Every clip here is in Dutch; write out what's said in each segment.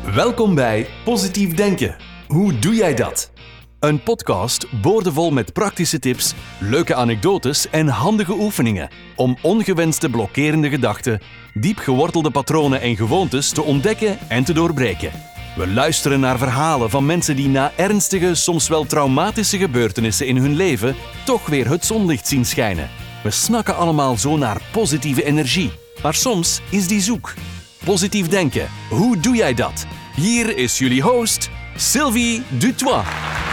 Welkom bij Positief Denken. Hoe doe jij dat? Een podcast boordevol met praktische tips, leuke anekdotes en handige oefeningen om ongewenste blokkerende gedachten, diep gewortelde patronen en gewoontes te ontdekken en te doorbreken. We luisteren naar verhalen van mensen die na ernstige, soms wel traumatische gebeurtenissen in hun leven toch weer het zonlicht zien schijnen. We snakken allemaal zo naar positieve energie, maar soms is die zoek. Positief denken, hoe doe jij dat? Hier is jullie host, Sylvie Dutoit.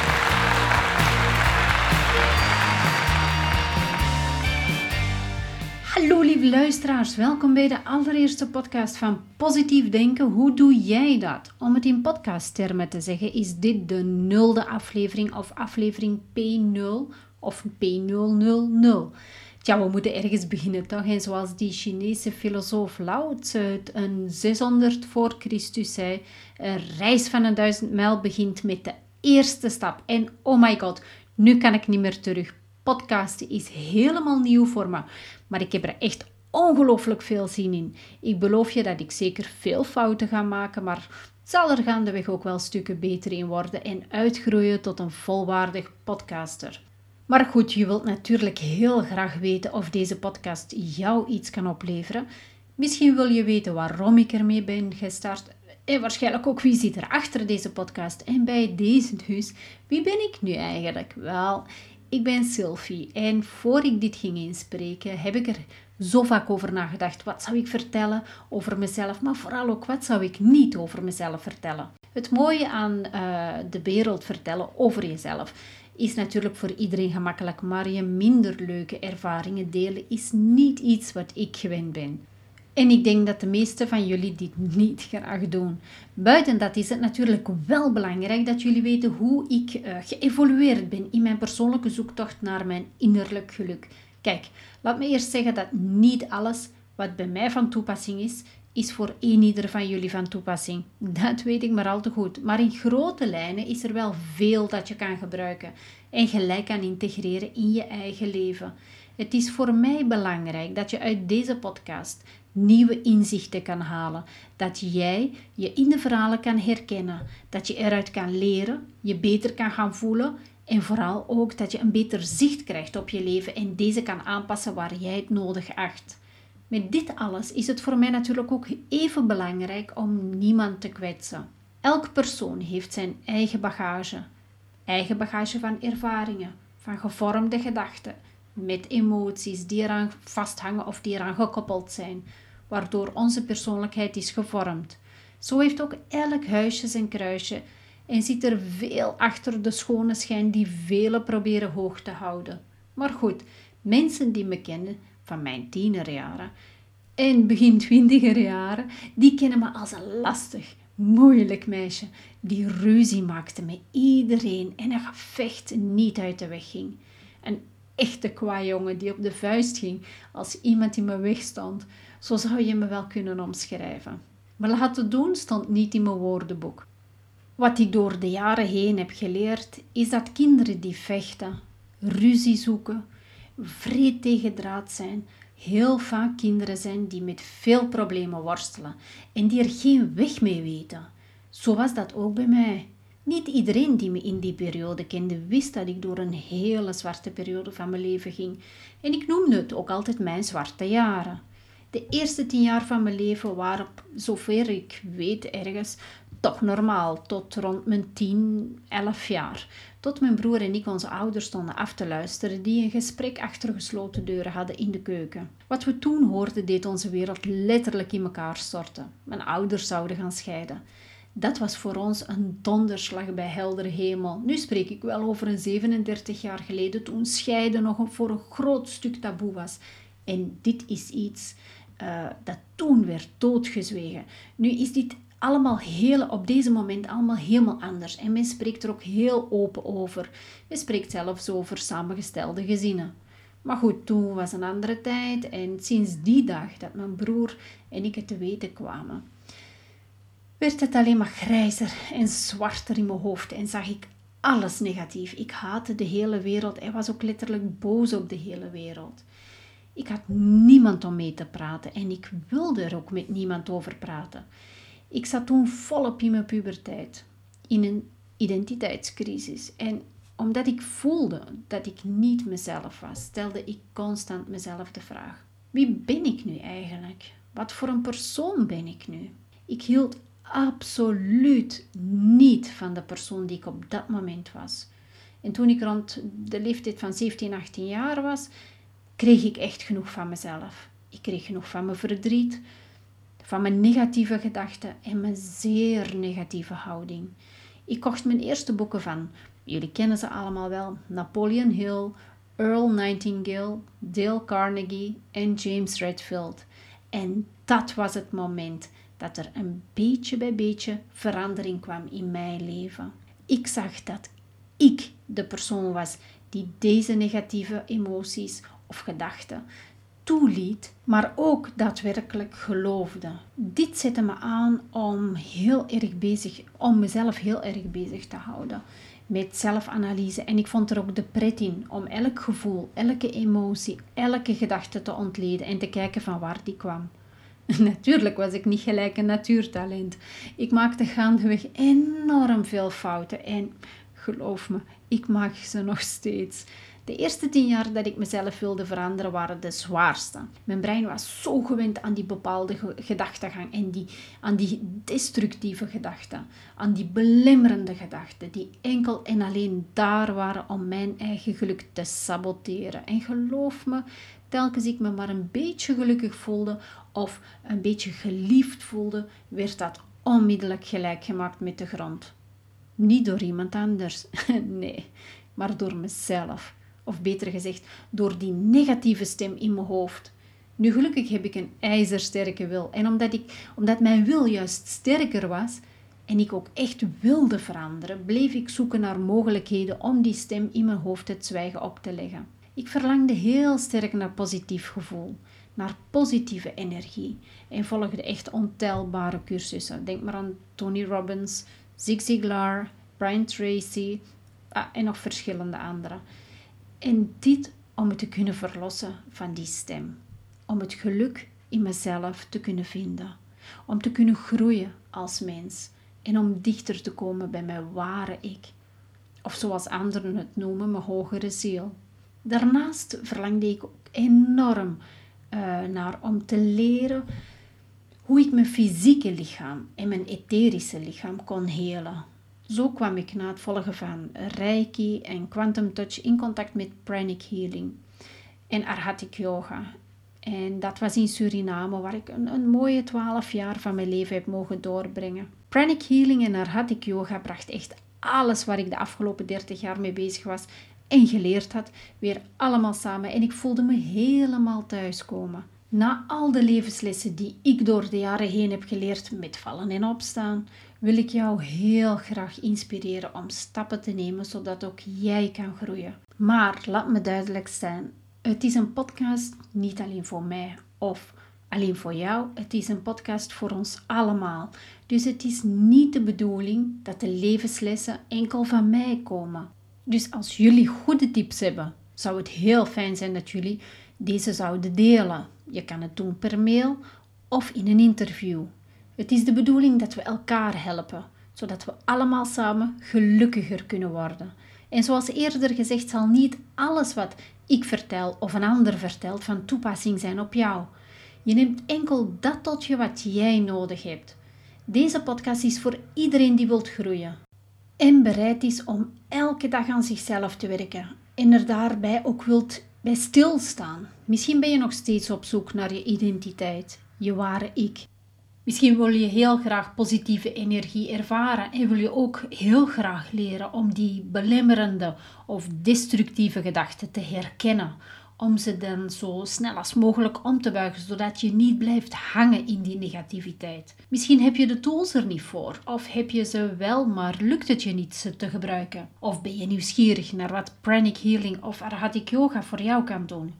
Hallo lieve luisteraars, welkom bij de allereerste podcast van Positief Denken. Hoe doe jij dat? Om het in podcasttermen te zeggen, is dit de 0e aflevering of aflevering P0 of P000. Tja, we moeten ergens beginnen toch? En zoals die Chinese filosoof Lao Tzu een 600 voor Christus zei, een reis van 1000 mijl begint met de eerste stap. En oh my god, nu kan ik niet meer terug. Podcasten is helemaal nieuw voor me, maar ik heb er echt ongelooflijk veel zin in. Ik beloof je dat ik zeker veel fouten ga maken, maar het zal er gaandeweg ook wel stukken beter in worden en uitgroeien tot een volwaardig podcaster. Maar goed, je wilt natuurlijk heel graag weten of deze podcast jou iets kan opleveren. Misschien wil je weten waarom ik ermee ben gestart. En waarschijnlijk ook wie zit er achter deze podcast. En bij deze dus, wie ben ik nu eigenlijk? Wel, ik ben Sylvie en voor ik dit ging inspreken heb ik er zo vaak over nagedacht. Wat zou ik vertellen over mezelf, maar vooral ook wat zou ik niet over mezelf vertellen. Het mooie aan de wereld vertellen over jezelf is natuurlijk voor iedereen gemakkelijk, maar je minder leuke ervaringen delen is niet iets wat ik gewend ben. En ik denk dat de meeste van jullie dit niet graag doen. Buiten dat is het natuurlijk wel belangrijk dat jullie weten hoe ik geëvolueerd ben in mijn persoonlijke zoektocht naar mijn innerlijk geluk. Kijk, laat me eerst zeggen dat niet alles wat bij mij van toepassing is voor ieder van jullie van toepassing. Dat weet ik maar al te goed. Maar in grote lijnen is er wel veel dat je kan gebruiken en gelijk kan integreren in je eigen leven. Het is voor mij belangrijk dat je uit deze podcast nieuwe inzichten kan halen. Dat jij je in de verhalen kan herkennen. Dat je eruit kan leren, je beter kan gaan voelen. En vooral ook dat je een beter zicht krijgt op je leven en deze kan aanpassen waar jij het nodig acht. Met dit alles is het voor mij natuurlijk ook even belangrijk om niemand te kwetsen. Elk persoon heeft zijn eigen bagage. Eigen bagage van ervaringen, van gevormde gedachten, met emoties die eraan vasthangen of die eraan gekoppeld zijn, waardoor onze persoonlijkheid is gevormd. Zo heeft ook elk huisje zijn kruisje en zit er veel achter de schone schijn die velen proberen hoog te houden. Maar goed, mensen die me kennen van mijn tienerjaren en begin 20er jaren, die kennen me als een lastig, moeilijk meisje die ruzie maakte met iedereen en een gevecht niet uit de weg ging. Een echte kwajongen die op de vuist ging als iemand in mijn weg stond. Zo zou je me wel kunnen omschrijven. Maar laten doen stond niet in mijn woordenboek. Wat ik door de jaren heen heb geleerd, is dat kinderen die vechten, ruzie zoeken, wreed tegen draad zijn, heel vaak kinderen zijn die met veel problemen worstelen en die er geen weg mee weten. Zo was dat ook bij mij. Niet iedereen die me in die periode kende wist dat ik door een hele zwarte periode van mijn leven ging. En ik noemde het ook altijd mijn zwarte jaren. De eerste 10 jaar van mijn leven waren, zover ik weet ergens, toch normaal. Tot rond mijn 10, 11 jaar. Tot mijn broer en ik onze ouders stonden af te luisteren die een gesprek achter gesloten deuren hadden in de keuken. Wat we toen hoorden deed onze wereld letterlijk in elkaar storten. Mijn ouders zouden gaan scheiden. Dat was voor ons een donderslag bij heldere hemel. Nu spreek ik wel over een 37 jaar geleden, toen scheiden nog voor een groot stuk taboe was. En dit is iets dat toen werd doodgezwegen. Nu is dit allemaal op deze moment allemaal helemaal anders. En men spreekt er ook heel open over. Men spreekt zelfs over samengestelde gezinnen. Maar goed, toen was een andere tijd. En sinds die dag dat mijn broer en ik het te weten kwamen, werd het alleen maar grijzer en zwarter in mijn hoofd. En zag ik alles negatief. Ik haatte de hele wereld en was ook letterlijk boos op de hele wereld. Ik had niemand om mee te praten en ik wilde er ook met niemand over praten. Ik zat toen volop in mijn puberteit, in een identiteitscrisis. En omdat ik voelde dat ik niet mezelf was, stelde ik constant mezelf de vraag: wie ben ik nu eigenlijk? Wat voor een persoon ben ik nu? Ik hield absoluut niet van de persoon die ik op dat moment was. En toen ik rond de leeftijd van 17, 18 jaar was, kreeg ik echt genoeg van mezelf. Ik kreeg genoeg van mijn verdriet, van mijn negatieve gedachten en mijn zeer negatieve houding. Ik kocht mijn eerste boeken van, jullie kennen ze allemaal wel, Napoleon Hill, Earl Nightingale, Dale Carnegie en James Redfield. En dat was het moment dat er een beetje bij beetje verandering kwam in mijn leven. Ik zag dat ik de persoon was die deze negatieve emoties of gedachten toeliet, maar ook daadwerkelijk geloofde. Dit zette me aan om mezelf heel erg bezig te houden met zelfanalyse. En ik vond er ook de pret in om elk gevoel, elke emotie, elke gedachte te ontleden en te kijken van waar die kwam. Natuurlijk was ik niet gelijk een natuurtalent. Ik maakte gaandeweg enorm veel fouten en geloof me, ik maak ze nog steeds. De eerste 10 jaar dat ik mezelf wilde veranderen waren de zwaarste. Mijn brein was zo gewend aan die bepaalde gedachtegang en aan die destructieve gedachten, aan die belemmerende gedachten die enkel en alleen daar waren om mijn eigen geluk te saboteren. En geloof me, telkens ik me maar een beetje gelukkig voelde of een beetje geliefd voelde, werd dat onmiddellijk gelijk gemaakt met de grond. Niet door iemand anders, nee, maar door mezelf. Of beter gezegd, door die negatieve stem in mijn hoofd. Nu gelukkig heb ik een ijzersterke wil. En omdat mijn wil juist sterker was en ik ook echt wilde veranderen, bleef ik zoeken naar mogelijkheden om die stem in mijn hoofd het zwijgen op te leggen. Ik verlangde heel sterk naar positief gevoel, naar positieve energie en volgde echt ontelbare cursussen. Denk maar aan Tony Robbins, Zig Ziglar, Brian Tracy en nog verschillende anderen. En dit om me te kunnen verlossen van die stem. Om het geluk in mezelf te kunnen vinden. Om te kunnen groeien als mens. En om dichter te komen bij mijn ware ik. Of zoals anderen het noemen, mijn hogere ziel. Daarnaast verlangde ik ook enorm naar om te leren hoe ik mijn fysieke lichaam en mijn etherische lichaam kon helen. Zo kwam ik na het volgen van Reiki en Quantum Touch in contact met Pranic Healing en Arhatic Yoga. En dat was in Suriname, waar ik een mooie 12 jaar van mijn leven heb mogen doorbrengen. Pranic Healing en Arhatic Yoga bracht echt alles waar ik de afgelopen 30 jaar mee bezig was en geleerd had, weer allemaal samen. En ik voelde me helemaal thuiskomen. Na al de levenslessen die ik door de jaren heen heb geleerd met vallen en opstaan, wil ik jou heel graag inspireren om stappen te nemen, zodat ook jij kan groeien. Maar laat me duidelijk zijn, het is een podcast niet alleen voor mij of alleen voor jou. Het is een podcast voor ons allemaal. Dus het is niet de bedoeling dat de levenslessen enkel van mij komen. Dus als jullie goede tips hebben, zou het heel fijn zijn dat jullie deze zouden delen. Je kan het doen per mail of in een interview. Het is de bedoeling dat we elkaar helpen, zodat we allemaal samen gelukkiger kunnen worden. En zoals eerder gezegd, zal niet alles wat ik vertel of een ander vertelt van toepassing zijn op jou. Je neemt enkel dat tot je wat jij nodig hebt. Deze podcast is voor iedereen die wilt groeien en bereid is om elke dag aan zichzelf te werken en er daarbij ook wilt bij stilstaan. Misschien ben je nog steeds op zoek naar je identiteit, je ware ik. Misschien wil je heel graag positieve energie ervaren en wil je ook heel graag leren om die belemmerende of destructieve gedachten te herkennen. Om ze dan zo snel als mogelijk om te buigen, zodat je niet blijft hangen in die negativiteit. Misschien heb je de tools er niet voor, of heb je ze wel, maar lukt het je niet ze te gebruiken. Of ben je nieuwsgierig naar wat Pranic Healing of Arhatic Yoga voor jou kan doen.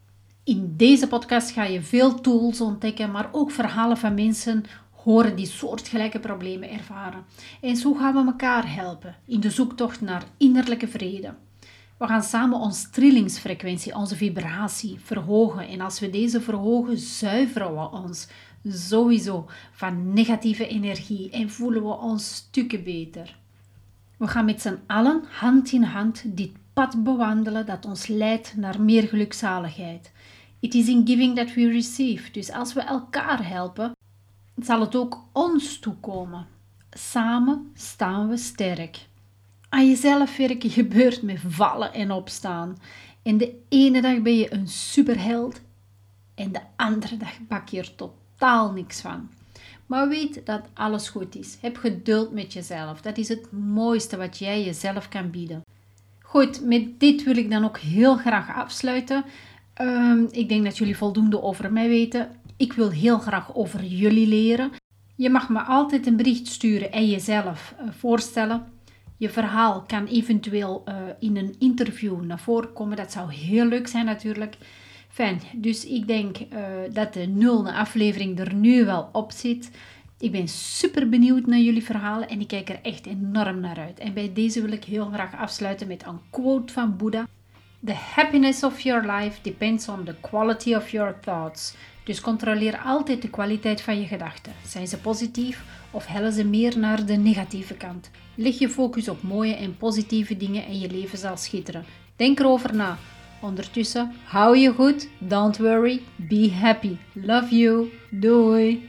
In deze podcast ga je veel tools ontdekken, maar ook verhalen van mensen horen die soortgelijke problemen ervaren. En zo gaan we elkaar helpen in de zoektocht naar innerlijke vrede. We gaan samen onze trillingsfrequentie, onze vibratie verhogen. En als we deze verhogen, zuiveren we ons sowieso van negatieve energie en voelen we ons stukken beter. We gaan met z'n allen hand in hand dit pad bewandelen dat ons leidt naar meer gelukzaligheid. It is in giving that we receive. Dus als we elkaar helpen, zal het ook ons toekomen. Samen staan we sterk. Aan jezelf werken gebeurt met vallen en opstaan. En de ene dag ben je een superheld en de andere dag bak je er totaal niks van. Maar weet dat alles goed is. Heb geduld met jezelf. Dat is het mooiste wat jij jezelf kan bieden. Goed, met dit wil ik dan ook heel graag afsluiten. Ik denk dat jullie voldoende over mij weten. Ik wil heel graag over jullie leren. Je mag me altijd een bericht sturen en jezelf voorstellen. Je verhaal kan eventueel in een interview naar voren komen. Dat zou heel leuk zijn natuurlijk. Fijn, dus ik denk dat de 0e aflevering er nu wel op zit. Ik ben super benieuwd naar jullie verhalen en ik kijk er echt enorm naar uit. En bij deze wil ik heel graag afsluiten met een quote van Boeddha. The happiness of your life depends on the quality of your thoughts. Dus controleer altijd de kwaliteit van je gedachten. Zijn ze positief of hellen ze meer naar de negatieve kant? Leg je focus op mooie en positieve dingen en je leven zal schitteren. Denk erover na. Ondertussen, hou je goed, don't worry, be happy. Love you, doei!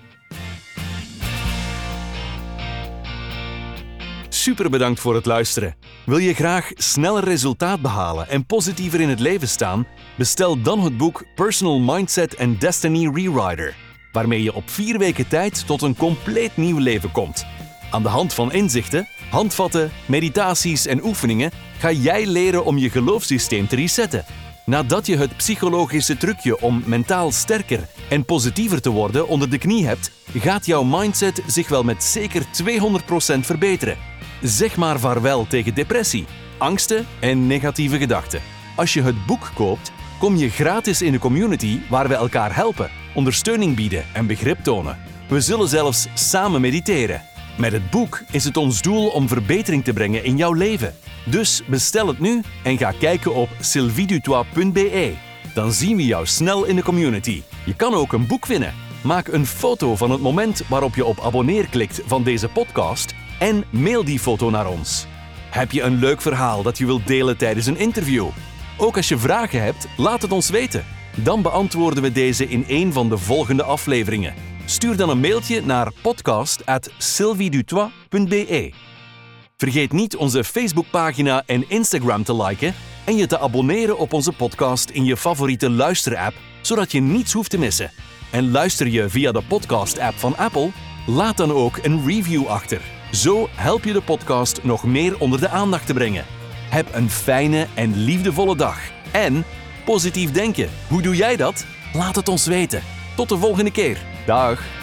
Super bedankt voor het luisteren. Wil je graag sneller resultaat behalen en positiever in het leven staan? Bestel dan het boek Personal Mindset and Destiny Rewriter, waarmee je op 4 weken tijd tot een compleet nieuw leven komt. Aan de hand van inzichten, handvatten, meditaties en oefeningen ga jij leren om je geloofssysteem te resetten. Nadat je het psychologische trucje om mentaal sterker en positiever te worden onder de knie hebt, gaat jouw mindset zich wel met zeker 200% verbeteren. Zeg maar vaarwel tegen depressie, angsten en negatieve gedachten. Als je het boek koopt, kom je gratis in de community waar we elkaar helpen, ondersteuning bieden en begrip tonen. We zullen zelfs samen mediteren. Met het boek is het ons doel om verbetering te brengen in jouw leven. Dus bestel het nu en ga kijken op sylviedutoit.be. Dan zien we jou snel in de community. Je kan ook een boek winnen. Maak een foto van het moment waarop je op abonneer klikt van deze podcast en mail die foto naar ons. Heb je een leuk verhaal dat je wilt delen tijdens een interview? Ook als je vragen hebt, laat het ons weten. Dan beantwoorden we deze in een van de volgende afleveringen. Stuur dan een mailtje naar podcast@sylviedutoit.be. Vergeet niet onze Facebookpagina en Instagram te liken en je te abonneren op onze podcast in je favoriete luisterapp, zodat je niets hoeft te missen. En luister je via de podcast-app van Apple? Laat dan ook een review achter. Zo help je de podcast nog meer onder de aandacht te brengen. Heb een fijne en liefdevolle dag. En positief denken. Hoe doe jij dat? Laat het ons weten. Tot de volgende keer. Dag.